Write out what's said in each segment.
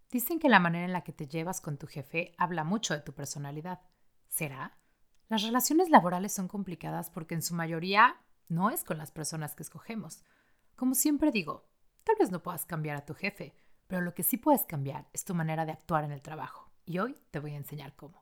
Dicen que la manera en la que te llevas con tu jefe habla mucho de tu personalidad. ¿Será? Las relaciones laborales son complicadas porque en su mayoría no es con las personas que escogemos. Como siempre digo, tal vez no puedas cambiar a tu jefe, pero lo que sí puedes cambiar es tu manera de actuar en el trabajo. Y hoy te voy a enseñar cómo.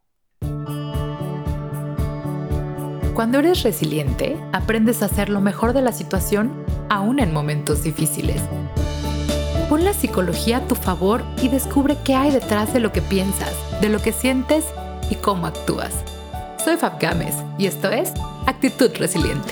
Cuando eres resiliente, aprendes a hacer lo mejor de la situación, aún en momentos difíciles. Pon la psicología a tu favor y descubre qué hay detrás de lo que piensas, de lo que sientes y cómo actúas. Soy Fab Gámez y esto es Actitud Resiliente.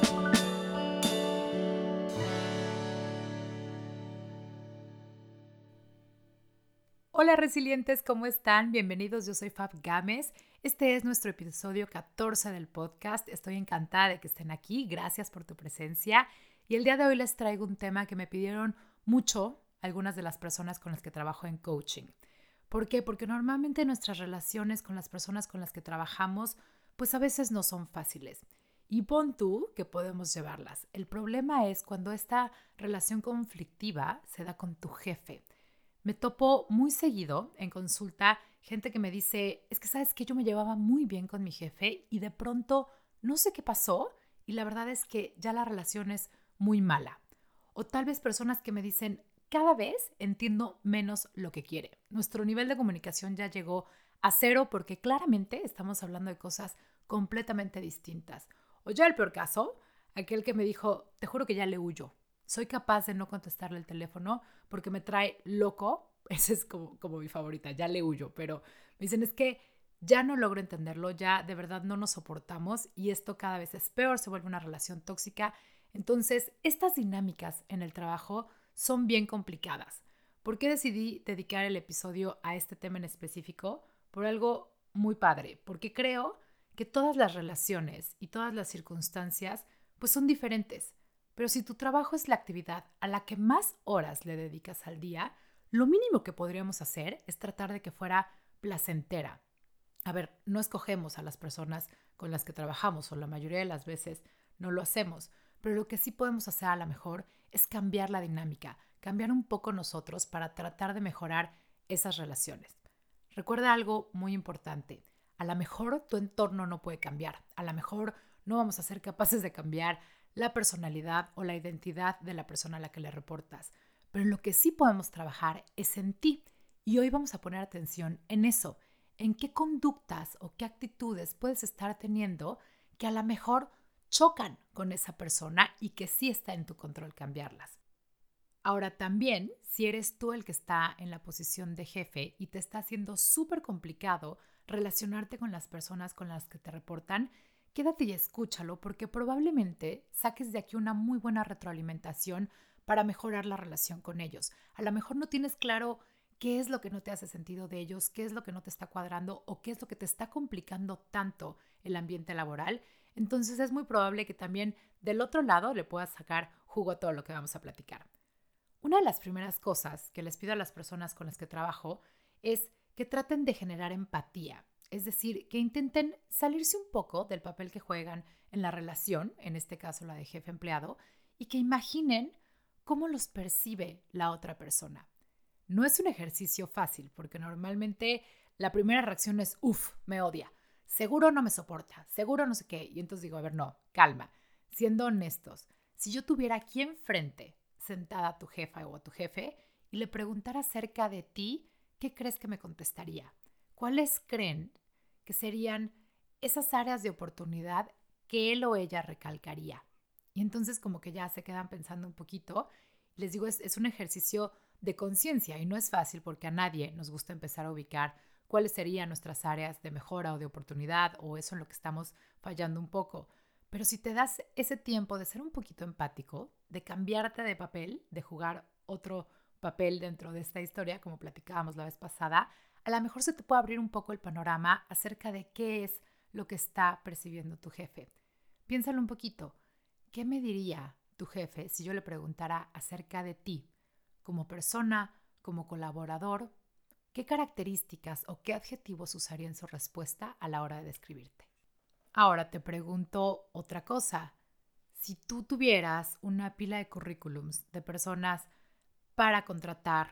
Hola resilientes, ¿cómo están? Bienvenidos, yo soy Fab Gámez. Este es nuestro episodio 14 del podcast. Estoy encantada de que estén aquí. Gracias por tu presencia. Y el día de hoy les traigo un tema que me pidieron mucho algunas de las personas con las que trabajo en coaching. ¿Por qué? Porque normalmente nuestras relaciones con las personas con las que trabajamos, pues a veces no son fáciles. Y pon tú que podemos llevarlas. El problema es cuando esta relación conflictiva se da con tu jefe. Me topo muy seguido en consulta gente que me dice, es que sabes que yo me llevaba muy bien con mi jefe y de pronto no sé qué pasó y la verdad es que ya la relación es muy mala. O tal vez personas que me dicen, cada vez entiendo menos lo que quiere. Nuestro nivel de comunicación ya llegó a cero porque claramente estamos hablando de cosas completamente distintas. O ya el peor caso, aquel que me dijo, te juro que ya le huyo. Soy capaz de no contestarle el teléfono porque me trae loco. Esa es como mi favorita, ya le huyo. Pero me dicen, es que ya no logro entenderlo, ya de verdad no nos soportamos y esto cada vez es peor, se vuelve una relación tóxica. Entonces, estas dinámicas en el trabajo son bien complicadas. ¿Por qué decidí dedicar el episodio a este tema en específico? Por algo muy padre, porque creo que todas las relaciones y todas las circunstancias pues son diferentes. Pero si tu trabajo es la actividad a la que más horas le dedicas al día, lo mínimo que podríamos hacer es tratar de que fuera placentera. A ver, no escogemos a las personas con las que trabajamos o la mayoría de las veces no lo hacemos, pero lo que sí podemos hacer a lo mejor es cambiar la dinámica, cambiar un poco nosotros para tratar de mejorar esas relaciones. Recuerda algo muy importante, a lo mejor tu entorno no puede cambiar, a lo mejor no vamos a ser capaces de cambiar la personalidad o la identidad de la persona a la que le reportas, pero lo que sí podemos trabajar es en ti y hoy vamos a poner atención en eso, en qué conductas o qué actitudes puedes estar teniendo que a lo mejor chocan con esa persona y que sí está en tu control cambiarlas. Ahora también, si eres tú el que está en la posición de jefe y te está haciendo súper complicado relacionarte con las personas con las que te reportan, quédate y escúchalo porque probablemente saques de aquí una muy buena retroalimentación para mejorar la relación con ellos. A lo mejor no tienes claro qué es lo que no te hace sentido de ellos, qué es lo que no te está cuadrando o qué es lo que te está complicando tanto el ambiente laboral. Entonces es muy probable que también del otro lado le puedas sacar jugo a todo lo que vamos a platicar. Una de las primeras cosas que les pido a las personas con las que trabajo es que traten de generar empatía, es decir, que intenten salirse un poco del papel que juegan en la relación, en este caso la de jefe-empleado, y que imaginen cómo los percibe la otra persona. No es un ejercicio fácil porque normalmente la primera reacción es, uff, me odia, seguro no me soporta, seguro no sé qué. Y entonces digo, a ver, no, calma, siendo honestos, si yo tuviera aquí enfrente sentada a tu jefa o a tu jefe y le preguntara acerca de ti, ¿qué crees que me contestaría? ¿Cuáles creen que serían esas áreas de oportunidad que él o ella recalcaría? Y entonces como que ya se quedan pensando un poquito. Les digo, es un ejercicio de conciencia y no es fácil porque a nadie nos gusta empezar a ubicar cuáles serían nuestras áreas de mejora o de oportunidad o eso en lo que estamos fallando un poco. Pero si te das ese tiempo de ser un poquito empático, de cambiarte de papel, de jugar otro papel dentro de esta historia, como platicábamos la vez pasada, a lo mejor se te puede abrir un poco el panorama acerca de qué es lo que está percibiendo tu jefe. Piénsalo un poquito. ¿Qué me diría tu jefe si yo le preguntara acerca de ti, como persona, como colaborador? ¿Qué características o qué adjetivos usaría en su respuesta a la hora de describirte? Ahora te pregunto otra cosa. Si tú tuvieras una pila de currículums de personas para contratar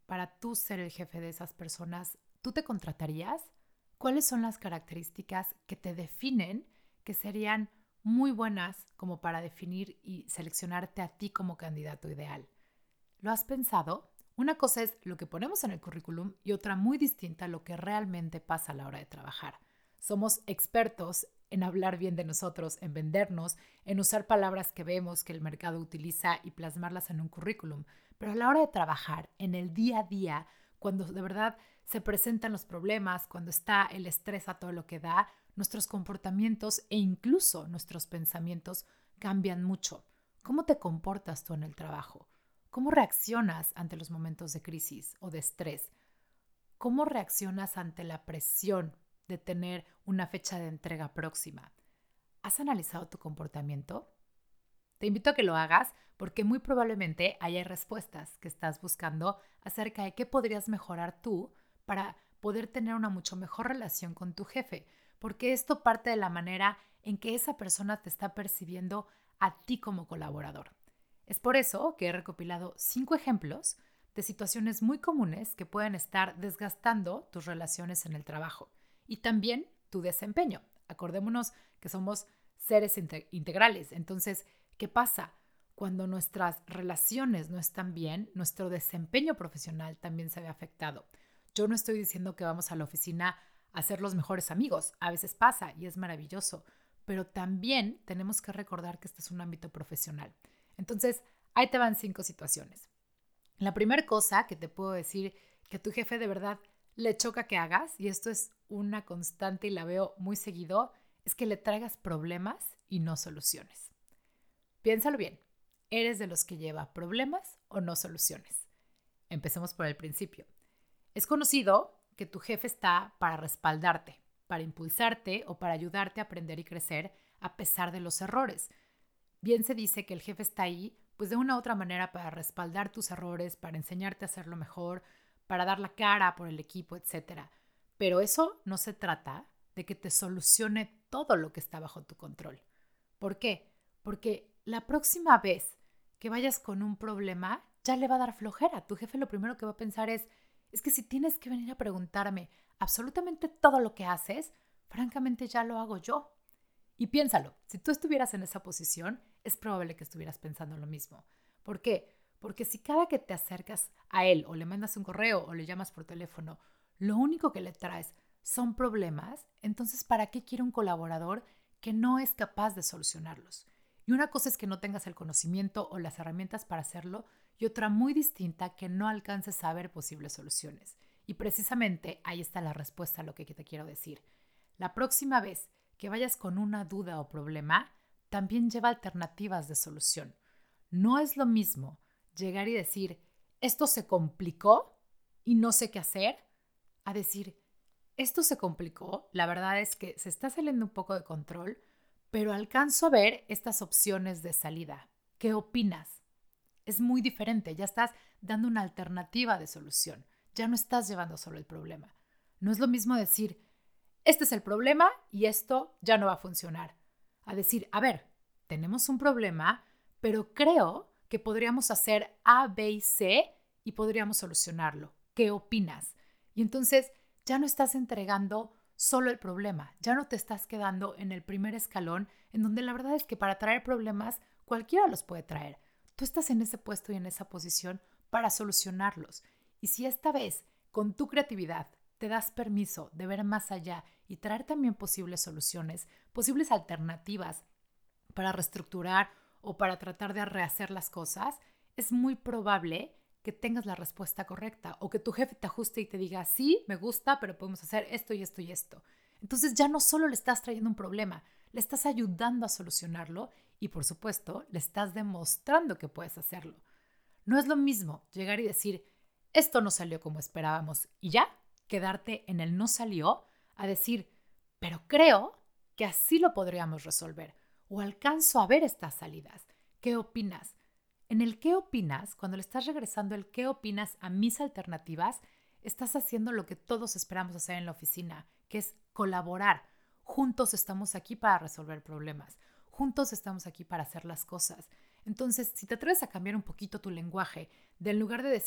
para tú ser el jefe de esas personas, ¿tú te contratarías? ¿Cuáles son las características que te definen que serían muy buenas como para definir y seleccionarte a ti como candidato ideal? ¿Lo has pensado? Una cosa es lo que ponemos en el currículum y otra muy distinta lo que realmente pasa a la hora de trabajar. Somos expertos en hablar bien de nosotros, en vendernos, en usar palabras que vemos que el mercado utiliza y plasmarlas en un currículum. Pero a la hora de trabajar, en el día a día, cuando de verdad se presentan los problemas, cuando está el estrés a todo lo que da, nuestros comportamientos e incluso nuestros pensamientos cambian mucho. ¿Cómo te comportas tú en el trabajo? ¿Cómo reaccionas ante los momentos de crisis o de estrés? ¿Cómo reaccionas ante la presión de tener una fecha de entrega próxima? ¿Has analizado tu comportamiento? Te invito a que lo hagas porque muy probablemente haya respuestas que estás buscando acerca de qué podrías mejorar tú para poder tener una mucho mejor relación con tu jefe, porque esto parte de la manera en que esa persona te está percibiendo a ti como colaborador. Es por eso que he recopilado 5 ejemplos de situaciones muy comunes que pueden estar desgastando tus relaciones en el trabajo y también tu desempeño. Acordémonos que somos seres integrales, entonces, ¿qué pasa? Cuando nuestras relaciones no están bien, nuestro desempeño profesional también se ve afectado. Yo no estoy diciendo que vamos a la oficina a ser los mejores amigos, a veces pasa y es maravilloso, pero también tenemos que recordar que este es un ámbito profesional. Entonces, ahí te van 5 situaciones. La primera cosa que te puedo decir que a tu jefe de verdad le choca que hagas, y esto es una constante y la veo muy seguido, es que le traigas problemas y no soluciones. Piénsalo bien, ¿eres de los que lleva problemas o no soluciones? Empecemos por el principio. Es conocido que tu jefe está para respaldarte, para impulsarte o para ayudarte a aprender y crecer a pesar de los errores. Bien se dice que el jefe está ahí, pues de una u otra manera para respaldar tus errores, para enseñarte a hacerlo mejor, para dar la cara por el equipo, etcétera. Pero eso no se trata de que te solucione todo lo que está bajo tu control. ¿Por qué? Porque la próxima vez que vayas con un problema, ya le va a dar flojera. Tu jefe lo primero que va a pensar es que si tienes que venir a preguntarme absolutamente todo lo que haces, francamente ya lo hago yo. Y piénsalo, si tú estuvieras en esa posición, es probable que estuvieras pensando lo mismo. ¿Por qué? Porque si cada que te acercas a él o le mandas un correo o le llamas por teléfono, lo único que le traes son problemas, entonces ¿para qué quiere un colaborador que no es capaz de solucionarlos? Y una cosa es que no tengas el conocimiento o las herramientas para hacerlo y otra muy distinta que no alcances a ver posibles soluciones. Y precisamente ahí está la respuesta a lo que te quiero decir. La próxima vez que vayas con una duda o problema, también lleva alternativas de solución. No es lo mismo llegar y decir, esto se complicó y no sé qué hacer, a decir, esto se complicó, la verdad es que se está saliendo un poco de control, pero alcanzo a ver estas opciones de salida. ¿Qué opinas? Es muy diferente, ya estás dando una alternativa de solución, ya no estás llevando solo el problema. No es lo mismo decir, este es el problema y esto ya no va a funcionar. A decir, a ver, tenemos un problema, pero creo que podríamos hacer A, B y C y podríamos solucionarlo. ¿Qué opinas? Y entonces ya no estás entregando solo el problema, ya no te estás quedando en el primer escalón, en donde la verdad es que para traer problemas cualquiera los puede traer. Tú estás en ese puesto y en esa posición para solucionarlos. Y si esta vez, con tu creatividad, te das permiso de ver más allá y traer también posibles soluciones, posibles alternativas para reestructurar o para tratar de rehacer las cosas, es muy probable que tengas la respuesta correcta o que tu jefe te ajuste y te diga, sí, me gusta, pero podemos hacer esto y esto y esto. Entonces ya no solo le estás trayendo un problema, le estás ayudando a solucionarlo y por supuesto le estás demostrando que puedes hacerlo. No es lo mismo llegar y decir, esto no salió como esperábamos y ya, quedarte en el no salió, a decir, pero creo que así lo podríamos resolver o alcanzo a ver estas salidas. ¿Qué opinas? En el qué opinas, cuando le estás regresando el qué opinas a mis alternativas, estás haciendo lo que todos esperamos hacer en la oficina, que es colaborar. Juntos estamos aquí para resolver problemas. Juntos estamos aquí para hacer las cosas. Entonces, si te atreves a cambiar un poquito tu lenguaje, de en lugar de decir,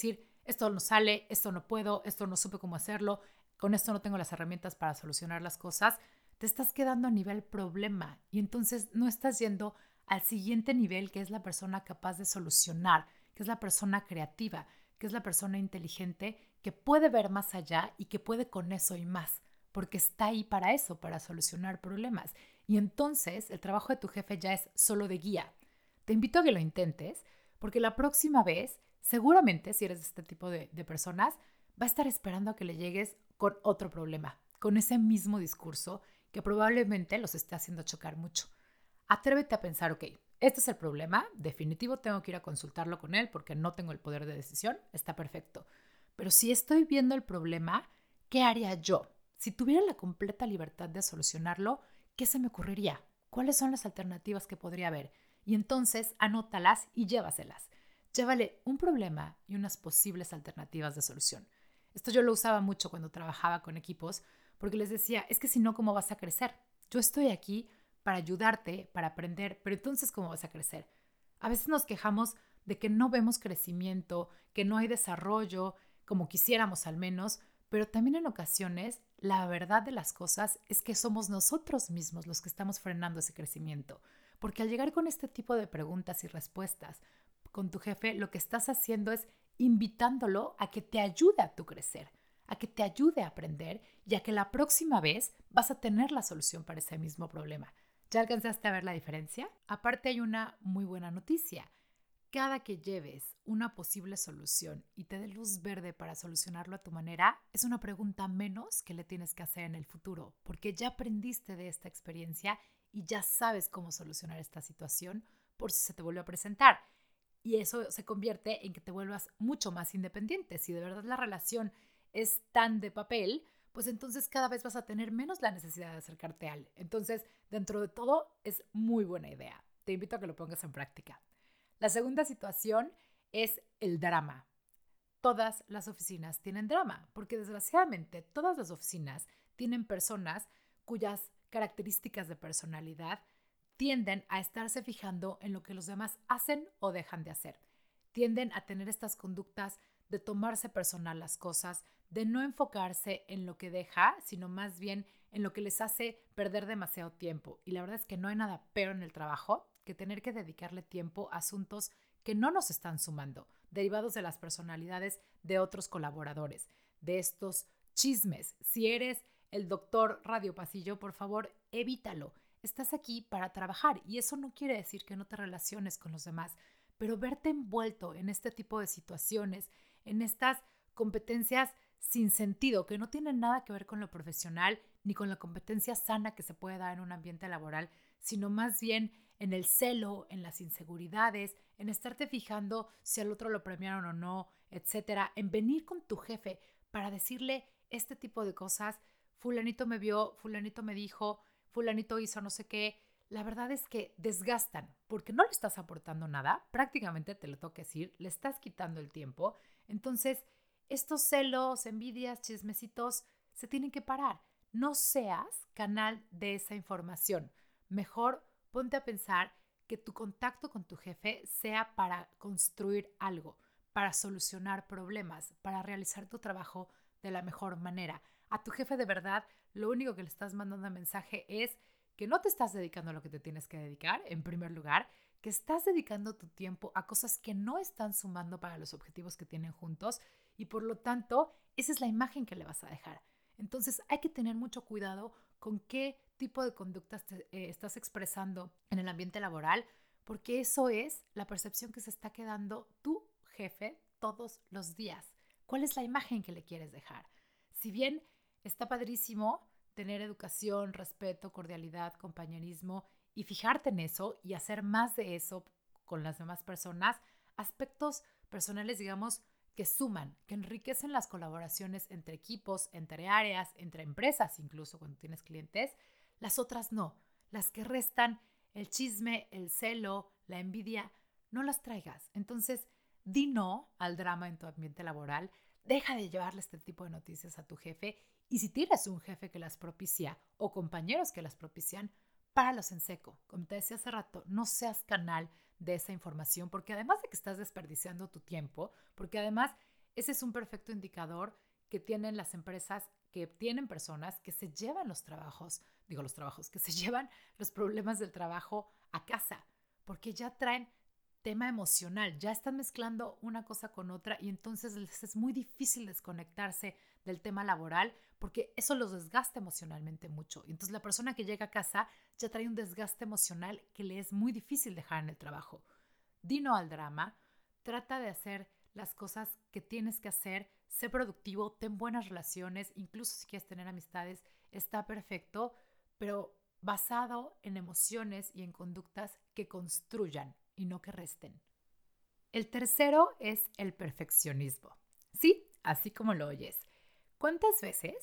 esto no sale, esto no puedo, esto no supe cómo hacerlo, con esto no tengo las herramientas para solucionar las cosas, te estás quedando a nivel problema y entonces no estás yendo al siguiente nivel, que es la persona capaz de solucionar, que es la persona creativa, que es la persona inteligente, que puede ver más allá y que puede con eso y más, porque está ahí para eso, para solucionar problemas. Y entonces el trabajo de tu jefe ya es solo de guía. Te invito a que lo intentes, porque la próxima vez, seguramente, si eres de este tipo de personas, va a estar esperando a que le llegues con otro problema, con ese mismo discurso que probablemente los esté haciendo chocar mucho. Atrévete a pensar, ok, este es el problema, definitivo tengo que ir a consultarlo con él porque no tengo el poder de decisión, está perfecto. Pero si estoy viendo el problema, ¿qué haría yo? Si tuviera la completa libertad de solucionarlo, ¿qué se me ocurriría? ¿Cuáles son las alternativas que podría haber? Y entonces anótalas y llévaselas. Llévale un problema y unas posibles alternativas de solución. Esto yo lo usaba mucho cuando trabajaba con equipos porque les decía, es que si no, ¿cómo vas a crecer? Yo estoy aquí para ayudarte, para aprender, pero entonces, ¿cómo vas a crecer? A veces nos quejamos de que no vemos crecimiento, que no hay desarrollo, como quisiéramos al menos, pero también en ocasiones la verdad de las cosas es que somos nosotros mismos los que estamos frenando ese crecimiento. Porque al llegar con este tipo de preguntas y respuestas con tu jefe, lo que estás haciendo es invitándolo a que te ayude a tu crecer, a que te ayude a aprender y a que la próxima vez vas a tener la solución para ese mismo problema. ¿Ya alcanzaste a ver la diferencia? Aparte hay una muy buena noticia. Cada que lleves una posible solución y te dé luz verde para solucionarlo a tu manera, es una pregunta menos que le tienes que hacer en el futuro, porque ya aprendiste de esta experiencia y ya sabes cómo solucionar esta situación por si se te vuelve a presentar. Y eso se convierte en que te vuelvas mucho más independiente. Si de verdad la relación es tan de papel, pues entonces cada vez vas a tener menos la necesidad de acercarte a él. Entonces, dentro de todo, es muy buena idea. Te invito a que lo pongas en práctica. La segunda situación es el drama. Todas las oficinas tienen drama, porque desgraciadamente todas las oficinas tienen personas cuyas características de personalidad tienden a estarse fijando en lo que los demás hacen o dejan de hacer. Tienden a tener estas conductas de tomarse personal las cosas, de no enfocarse en lo que deja, sino más bien en lo que les hace perder demasiado tiempo. Y la verdad es que no hay nada peor en el trabajo que tener que dedicarle tiempo a asuntos que no nos están sumando, derivados de las personalidades de otros colaboradores, de estos chismes. Si eres el doctor Radio Pasillo, por favor, evítalo. Estás aquí para trabajar y eso no quiere decir que no te relaciones con los demás, pero verte envuelto en este tipo de situaciones, en estas competencias sin sentido, que no tienen nada que ver con lo profesional ni con la competencia sana que se puede dar en un ambiente laboral, sino más bien en el celo, en las inseguridades, en estarte fijando si al otro lo premiaron o no, etcétera, en venir con tu jefe para decirle este tipo de cosas, fulanito me vio, fulanito me dijo, fulanito hizo no sé qué. La verdad es que desgastan porque no le estás aportando nada, prácticamente te lo tengo que decir, le estás quitando el tiempo. Entonces, estos celos, envidias, chismecitos se tienen que parar. No seas canal de esa información. Mejor ponte a pensar que tu contacto con tu jefe sea para construir algo, para solucionar problemas, para realizar tu trabajo de la mejor manera. A tu jefe de verdad, lo único que le estás mandando un mensaje es que no te estás dedicando a lo que te tienes que dedicar, en primer lugar, que estás dedicando tu tiempo a cosas que no están sumando para los objetivos que tienen juntos y por lo tanto, esa es la imagen que le vas a dejar. Entonces hay que tener mucho cuidado con qué tipo de conductas estás expresando en el ambiente laboral, porque eso es la percepción que se está quedando tu jefe todos los días. ¿Cuál es la imagen que le quieres dejar? Si bien está padrísimo tener educación, respeto, cordialidad, compañerismo y fijarte en eso y hacer más de eso con las demás personas, aspectos personales, digamos, que suman, que enriquecen las colaboraciones entre equipos, entre áreas, entre empresas, incluso cuando tienes clientes, las otras no. Las que restan, el chisme, el celo, la envidia, no las traigas. Entonces, di no al drama en tu ambiente laboral, deja de llevarle este tipo de noticias a tu jefe y si tienes un jefe que las propicia o compañeros que las propician, páralos en seco. Como te decía hace rato, no seas canal de esa información porque además de que estás desperdiciando tu tiempo, porque además Ese es un perfecto indicador que tienen las empresas, que tienen personas que se llevan que se llevan los problemas del trabajo a casa, porque ya traen tema emocional, ya están mezclando una cosa con otra y entonces les es muy difícil desconectarse del tema laboral porque eso los desgasta emocionalmente mucho. Y entonces la persona que llega a casa ya trae un desgaste emocional que le es muy difícil dejar en el trabajo. Di no al drama, trata de hacer las cosas que tienes que hacer, sé productivo, ten buenas relaciones, incluso si quieres tener amistades, está perfecto, pero basado en emociones y en conductas que construyan y no que resten. El tercero es el perfeccionismo. Sí, así como lo oyes. ¿Cuántas veces,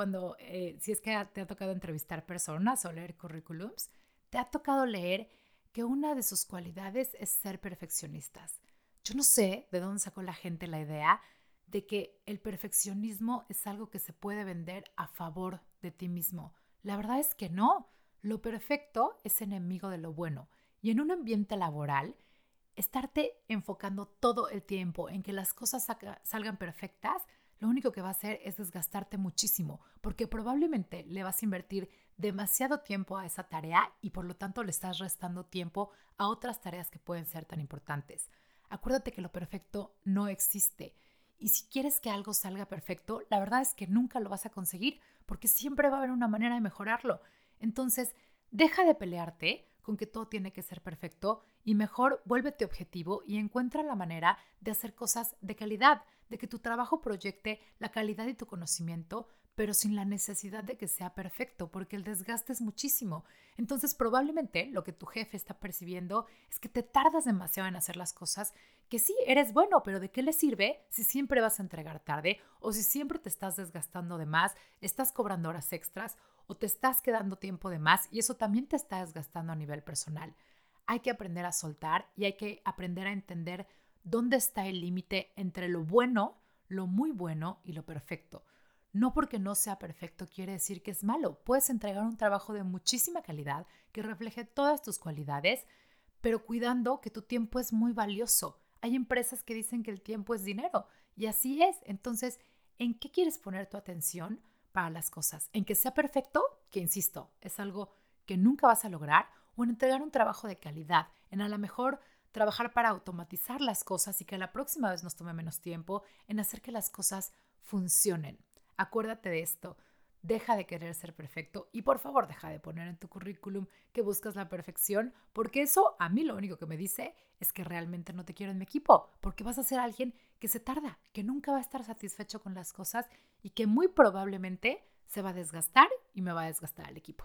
si es que te ha tocado entrevistar personas o leer currículums, te ha tocado leer que una de sus cualidades es ser perfeccionistas? Yo no sé de dónde sacó la gente la idea de que el perfeccionismo es algo que se puede vender a favor de ti mismo. La verdad es que no. Lo perfecto es enemigo de lo bueno. Y en un ambiente laboral, estarte enfocando todo el tiempo en que las cosas salgan perfectas, lo único que va a hacer es desgastarte muchísimo, porque probablemente le vas a invertir demasiado tiempo a esa tarea y por lo tanto le estás restando tiempo a otras tareas que pueden ser tan importantes. Acuérdate que lo perfecto no existe. Y si quieres que algo salga perfecto, la verdad es que nunca lo vas a conseguir, porque siempre va a haber una manera de mejorarlo. Entonces, deja de pelearte con que todo tiene que ser perfecto y mejor vuélvete objetivo y encuentra la manera de hacer cosas de calidad, de que tu trabajo proyecte la calidad de tu conocimiento, pero sin la necesidad de que sea perfecto, porque el desgaste es muchísimo. Entonces, probablemente lo que tu jefe está percibiendo es que te tardas demasiado en hacer las cosas, que sí, eres bueno, pero ¿de qué le sirve si siempre vas a entregar tarde o si siempre te estás desgastando de más, estás cobrando horas extras o te estás quedando tiempo de más y eso también te está desgastando a nivel personal? Hay que aprender a soltar y hay que aprender a entender dónde está el límite entre lo bueno, lo muy bueno y lo perfecto. No porque no sea perfecto quiere decir que es malo. Puedes entregar un trabajo de muchísima calidad que refleje todas tus cualidades, pero cuidando que tu tiempo es muy valioso. Hay empresas que dicen que el tiempo es dinero y así es. Entonces, ¿en qué quieres poner tu atención para las cosas? ¿En que sea perfecto? Que insisto, es algo que nunca vas a lograr, o en entregar un trabajo de calidad, en a lo mejor trabajar para automatizar las cosas y que la próxima vez nos tome menos tiempo, en hacer que las cosas funcionen. Acuérdate de esto. Deja de querer ser perfecto y por favor deja de poner en tu currículum que buscas la perfección, porque eso a mí lo único que me dice es que realmente no te quiero en mi equipo, porque vas a ser alguien que se tarda, que nunca va a estar satisfecho con las cosas y que muy probablemente se va a desgastar y me va a desgastar al equipo.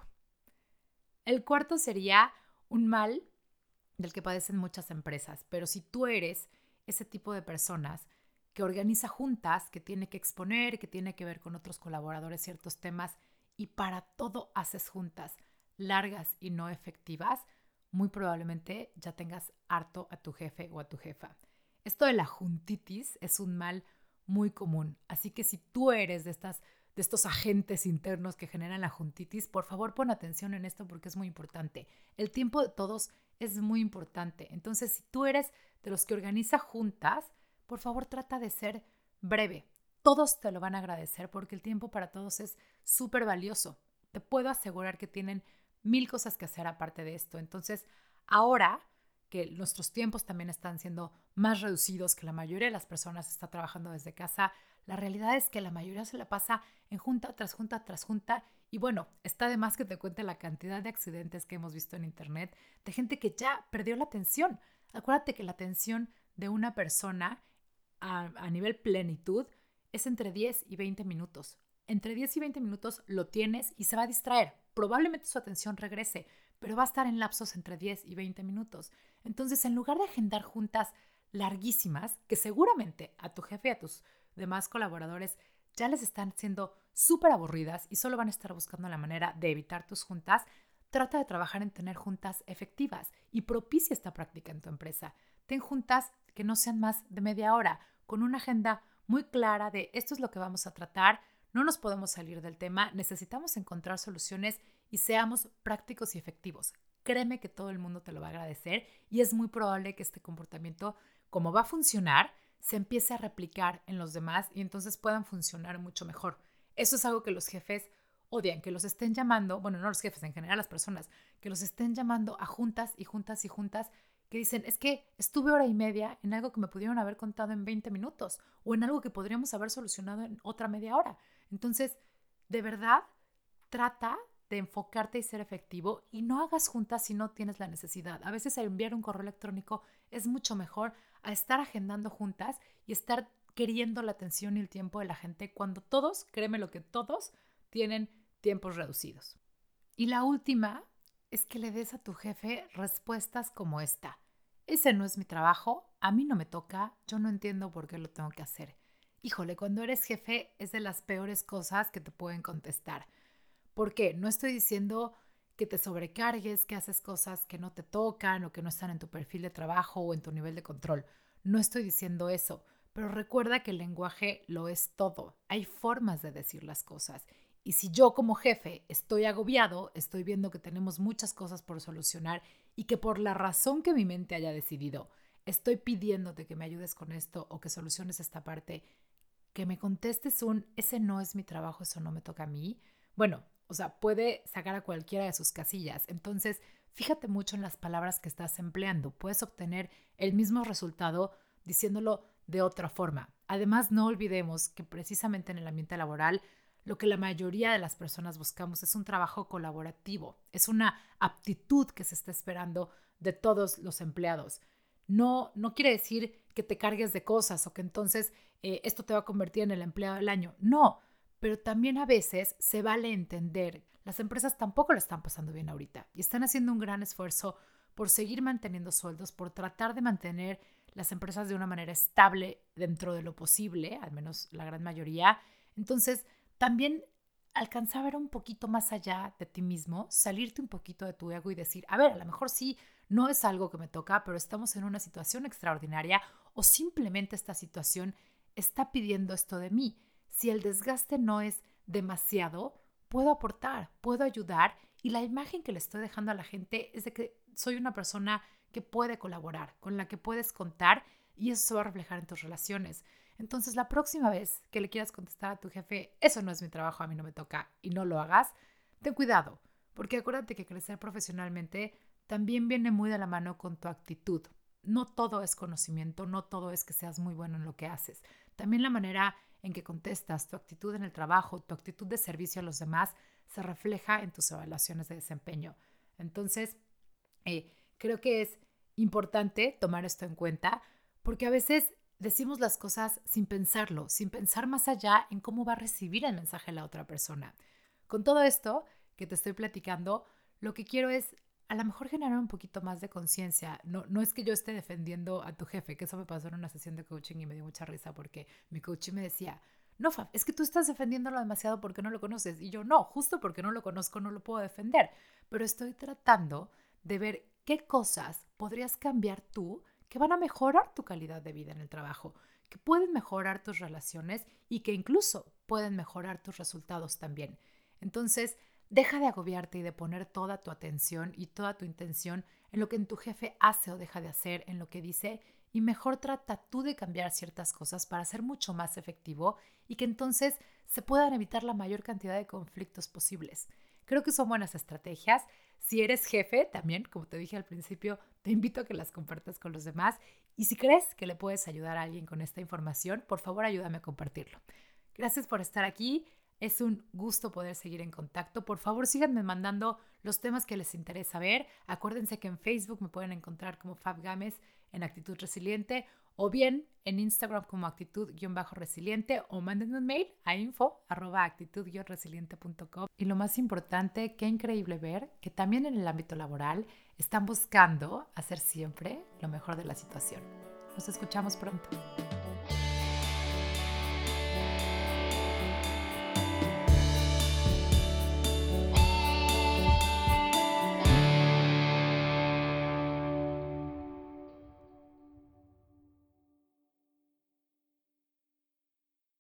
El cuarto sería un mal del que padecen muchas empresas, pero si tú eres ese tipo de personas que organiza juntas, que tiene que exponer, que tiene que ver con otros colaboradores ciertos temas y para todo haces juntas largas y no efectivas, muy probablemente ya tengas harto a tu jefe o a tu jefa. Esto de la juntitis es un mal muy común, así que si tú eres de estos agentes internos que generan la juntitis, por favor pon atención en esto porque es muy importante. El tiempo de todos es muy importante. Entonces, si tú eres de los que organiza juntas, por favor trata de ser breve. Todos te lo van a agradecer porque el tiempo para todos es súper valioso. Te puedo asegurar que tienen 1000 cosas que hacer aparte de esto. Entonces, ahora que nuestros tiempos también están siendo más reducidos, que la mayoría de las personas está trabajando desde casa, la realidad es que la mayoría se la pasa en junta tras junta tras junta y bueno, está de más que te cuente la cantidad de accidentes que hemos visto en internet de gente que ya perdió la atención. Acuérdate que la atención de una persona a nivel plenitud es entre 10 y 20 minutos. Entre 10 y 20 minutos lo tienes y se va a distraer. Probablemente su atención regrese, pero va a estar en lapsos entre 10 y 20 minutos. Entonces, en lugar de agendar juntas larguísimas, que seguramente a tu jefe y a tus demás colaboradores ya les están siendo súper aburridas y solo van a estar buscando la manera de evitar tus juntas, trata de trabajar en tener juntas efectivas y propicia esta práctica en tu empresa. Ten juntas que no sean más de media hora, con una agenda muy clara de esto es lo que vamos a tratar, no nos podemos salir del tema, necesitamos encontrar soluciones y seamos prácticos y efectivos. Créeme que todo el mundo te lo va a agradecer y es muy probable que este comportamiento, como va a funcionar, se empiece a replicar en los demás y entonces puedan funcionar mucho mejor. Eso es algo que los jefes odian, que los estén llamando, bueno, no los jefes, en general las personas, que los estén llamando a juntas y juntas y juntas, que dicen, es que estuve hora y media en algo que me pudieron haber contado en 20 minutos o en algo que podríamos haber solucionado en otra media hora. Entonces, de verdad, trata de enfocarte y ser efectivo y no hagas juntas si no tienes la necesidad. A veces enviar un correo electrónico es mucho mejor a estar agendando juntas y estar queriendo la atención y el tiempo de la gente cuando todos, créeme lo que todos, tienen tiempos reducidos. Y la última es que le des a tu jefe respuestas como esta. Ese no es mi trabajo, a mí no me toca, yo no entiendo por qué lo tengo que hacer. Híjole, cuando eres jefe es de las peores cosas que te pueden contestar. ¿Por qué? No estoy diciendo que te sobrecargues, que haces cosas que no te tocan o que no están en tu perfil de trabajo o en tu nivel de control. No estoy diciendo eso, pero recuerda que el lenguaje lo es todo. Hay formas de decir las cosas. Y si yo como jefe estoy agobiado, estoy viendo que tenemos muchas cosas por solucionar y que por la razón que mi mente haya decidido, estoy pidiéndote que me ayudes con esto o que soluciones esta parte, que me contestes ese no es mi trabajo, eso no me toca a mí. Bueno, o sea, puede sacar a cualquiera de sus casillas. Entonces, fíjate mucho en las palabras que estás empleando. Puedes obtener el mismo resultado diciéndolo de otra forma. Además, no olvidemos que precisamente en el ambiente laboral, lo que la mayoría de las personas buscamos es un trabajo colaborativo, es una aptitud que se está esperando de todos los empleados. No quiere decir que te cargues de cosas o que entonces esto te va a convertir en el empleado del año. No, pero también a veces se vale entender. Las empresas tampoco lo están pasando bien ahorita y están haciendo un gran esfuerzo por seguir manteniendo sueldos, por tratar de mantener las empresas de una manera estable dentro de lo posible, al menos la gran mayoría. Entonces, también alcanzar a ver un poquito más allá de ti mismo, salirte un poquito de tu ego y decir, a ver, a lo mejor sí, no es algo que me toca, pero estamos en una situación extraordinaria o simplemente esta situación está pidiendo esto de mí. Si el desgaste no es demasiado, puedo aportar, puedo ayudar y la imagen que le estoy dejando a la gente es de que soy una persona que puede colaborar, con la que puedes contar y eso se va a reflejar en tus relaciones. Entonces, la próxima vez que le quieras contestar a tu jefe, eso no es mi trabajo, a mí no me toca y no lo hagas, ten cuidado, porque acuérdate que crecer profesionalmente también viene muy de la mano con tu actitud. No todo es conocimiento, no todo es que seas muy bueno en lo que haces. También la manera en que contestas, tu actitud en el trabajo, tu actitud de servicio a los demás, se refleja en tus evaluaciones de desempeño. Entonces, creo que es importante tomar esto en cuenta porque a veces decimos las cosas sin pensarlo, sin pensar más allá en cómo va a recibir el mensaje la otra persona. Con todo esto que te estoy platicando, lo que quiero es a lo mejor generar un poquito más de conciencia. No es que yo esté defendiendo a tu jefe, que eso me pasó en una sesión de coaching y me dio mucha risa porque mi coach me decía, no, Fab, es que tú estás defendiéndolo demasiado porque no lo conoces. Y yo, no, justo porque no lo conozco no lo puedo defender. Pero estoy tratando de ver qué cosas podrías cambiar tú que van a mejorar tu calidad de vida en el trabajo, que pueden mejorar tus relaciones y que incluso pueden mejorar tus resultados también. Entonces, deja de agobiarte y de poner toda tu atención y toda tu intención en lo que tu jefe hace o deja de hacer, en lo que dice, y mejor trata tú de cambiar ciertas cosas para ser mucho más efectivo y que entonces se puedan evitar la mayor cantidad de conflictos posibles. Creo que son buenas estrategias. Si eres jefe, también, como te dije al principio, te invito a que las compartas con los demás. Y si crees que le puedes ayudar a alguien con esta información, por favor ayúdame a compartirlo. Gracias por estar aquí. Es un gusto poder seguir en contacto. Por favor, síganme mandando los temas que les interesa ver. Acuérdense que en Facebook me pueden encontrar como Fab Gámez en Actitud Resiliente o bien en Instagram como actitud-resiliente o mándenme un mail a info@actitud-resiliente.com. Y lo más importante, qué increíble ver que también en el ámbito laboral están buscando hacer siempre lo mejor de la situación. Nos escuchamos pronto.